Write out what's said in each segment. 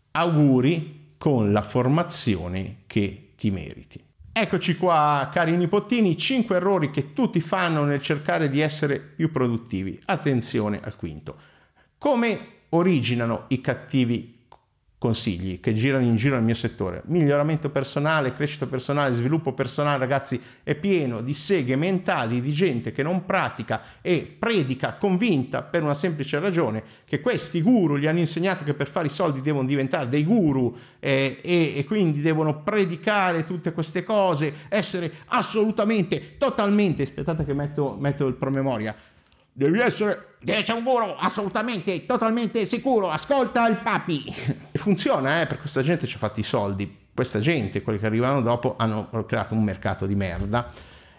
Auguri con la formazione che ti meriti. Eccoci qua, cari nipotini, 5 errori che tutti fanno nel cercare di essere più produttivi. Attenzione al quinto. Come originano i cattivi consigli che girano in giro nel mio settore? Miglioramento personale, crescita personale, sviluppo personale, ragazzi, è pieno di seghe mentali di gente che non pratica e predica convinta per una semplice ragione, che questi guru gli hanno insegnato che per fare i soldi devono diventare dei guru e quindi devono predicare tutte queste cose, essere assolutamente, totalmente, aspettate che metto il promemoria, devi essere un guru assolutamente, totalmente sicuro, ascolta il papi. E funziona, per questa gente ci ha fatto i soldi. Questa gente, quelli che arrivano dopo, hanno creato un mercato di merda.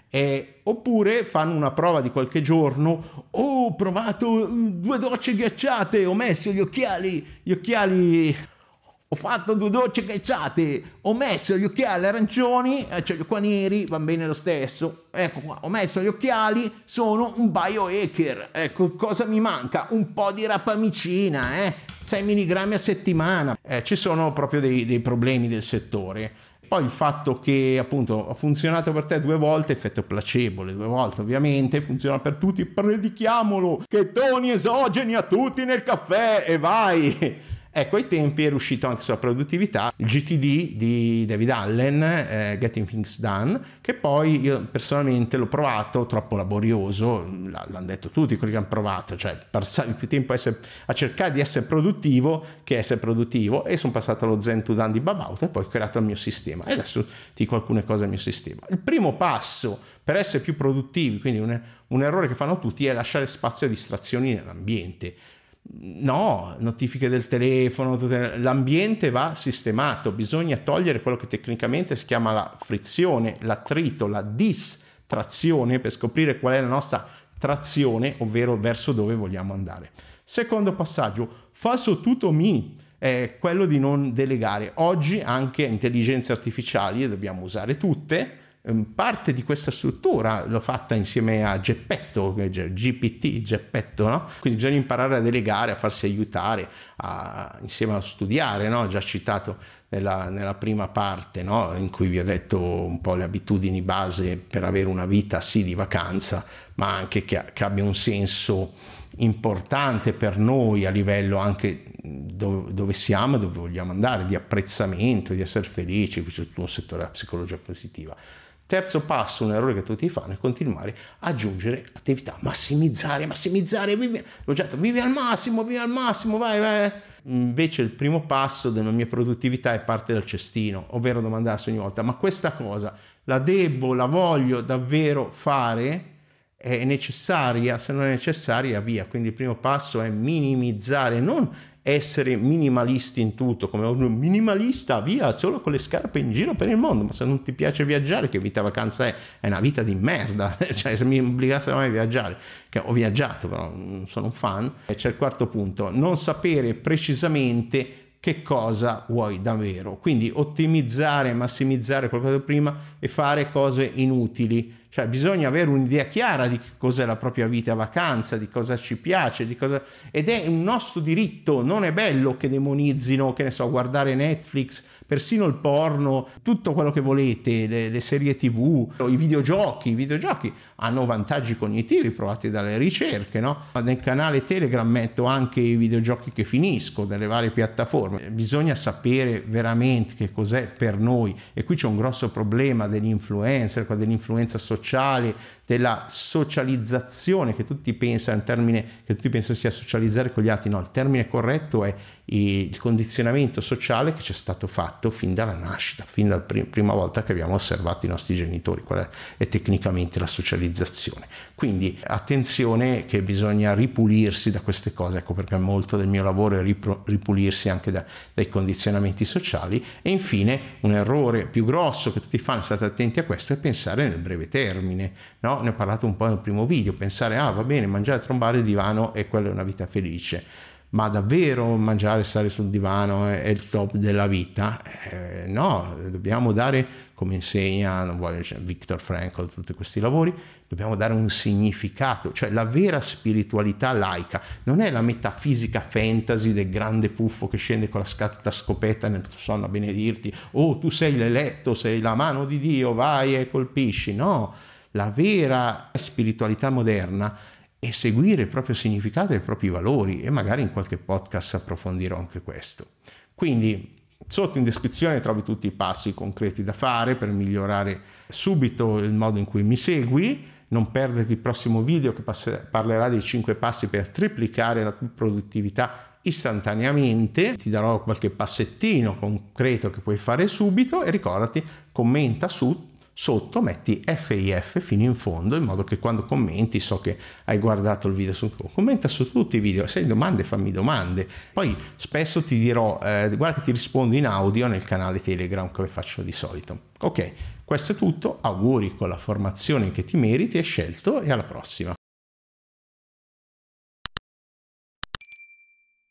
Oppure fanno una prova di qualche giorno: ho provato 2 docce ghiacciate, ho messo gli occhiali, ho fatto 2 docce ghiacciate, ho messo gli occhiali arancioni, cioè gli occhiali neri, va bene lo stesso, ecco qua, ho messo gli occhiali, sono un biohacker, ecco cosa mi manca, un po' di rapamicina, 6 mg a settimana, ci sono proprio dei problemi del settore. Poi il fatto che appunto ha funzionato per te 2 volte, effetto placebo, le 2 volte ovviamente, funziona per tutti, predichiamolo, chetoni esogeni a tutti nel caffè e vai! Ecco, ai tempi è riuscito anche sulla produttività il GTD di David Allen, Getting Things Done, che poi io personalmente l'ho provato, troppo laborioso, l'hanno detto tutti quelli che hanno provato, cioè passavi più tempo a cercare di essere produttivo che essere produttivo, e sono passato allo Zen to Done di Babauta e poi ho creato il mio sistema, e adesso ti dico alcune cose del mio sistema. Il primo passo per essere più produttivi, quindi un errore che fanno tutti, è lasciare spazio a distrazioni nell'ambiente. No, notifiche del telefono, l'ambiente va sistemato, bisogna togliere quello che tecnicamente si chiama la frizione, l'attrito, la distrazione, per scoprire qual è la nostra trazione, ovvero verso dove vogliamo andare. Secondo passaggio, faccio tutto me, è quello di non delegare. Oggi anche intelligenze artificiali le dobbiamo usare tutte. Parte di questa struttura l'ho fatta insieme a Geppetto, Geppetto, no? Quindi bisogna imparare a delegare, a farsi aiutare, insieme a studiare, no? Già citato nella prima parte, no? In cui vi ho detto un po' le abitudini base per avere una vita sì di vacanza, ma anche che abbia un senso importante per noi a livello anche dove siamo e dove vogliamo andare, di apprezzamento, di essere felici, qui c'è tutto un settore della psicologia positiva. Terzo passo, un errore che tutti fanno, è continuare a aggiungere attività, massimizzare, vivi al massimo, vai. Invece il primo passo della mia produttività è parte dal cestino, ovvero domandarsi ogni volta: ma questa cosa la voglio davvero fare? È necessaria? Se non è necessaria, via. Quindi il primo passo è minimizzare, non essere minimalisti in tutto, come un minimalista, via, solo con le scarpe in giro per il mondo. Ma se non ti piace viaggiare, che vita vacanza è? È una vita di merda. Cioè, se mi obbligassero mai a viaggiare, che ho viaggiato però non sono un fan. E c'è il quarto punto: non sapere precisamente che cosa vuoi davvero, quindi ottimizzare, massimizzare qualcosa prima e fare cose inutili. Cioè bisogna avere un'idea chiara di cos'è la propria vita vacanza, di cosa ci piace, ed è un nostro diritto. Non è bello che demonizzino, che ne so, guardare Netflix, persino il porno, tutto quello che volete, le serie TV, i videogiochi hanno vantaggi cognitivi provati dalle ricerche, no? Nel canale Telegram metto anche i videogiochi che finisco nelle varie piattaforme. Bisogna sapere veramente che cos'è per noi, e qui c'è un grosso problema degli influencer, dell'influenza sociale, della socializzazione, che tutti pensano in termine, che tutti pensano sia socializzare con gli altri. No, il termine corretto è il condizionamento sociale che ci è stato fatto fin dalla nascita, fin dalla prima volta che abbiamo osservato i nostri genitori. Qual è tecnicamente la socializzazione? Quindi attenzione, che bisogna ripulirsi da queste cose. Ecco perché molto del mio lavoro è ripulirsi anche dai condizionamenti sociali. E infine, un errore più grosso che tutti fanno, state attenti a questo, è pensare nel breve termine, no? Ne ho parlato un po' nel primo video, pensare va bene, mangiare, trombare, divano, e quella è una vita felice. Ma davvero mangiare e stare sul divano è il top della vita? No, dobbiamo dare, come insegna, non voglio, Viktor Frankl, tutti questi lavori, dobbiamo dare un significato, cioè la vera spiritualità laica non è la metafisica fantasy del grande puffo che scende con la scatola scopetta nel tuo sonno a benedirti, oh tu sei l'eletto, sei la mano di Dio, vai e colpisci. No, la vera spiritualità moderna e seguire il proprio significato e i propri valori, e magari in qualche podcast approfondirò anche questo. Quindi sotto in descrizione trovi tutti i passi concreti da fare per migliorare subito il modo in cui mi segui. Non perderti il prossimo video che parlerà dei 5 passi per triplicare la tua produttività istantaneamente. Ti darò qualche passettino concreto che puoi fare subito, e ricordati, commenta sotto, metti FIF fino in fondo, in modo che quando commenti so che hai guardato il video. Commenta su tutti i video, se hai domande fammi domande, poi spesso ti dirò guarda che ti rispondo in audio nel canale Telegram come faccio di solito. Ok, questo è tutto, auguri con la formazione che ti meriti e scelto, e alla prossima.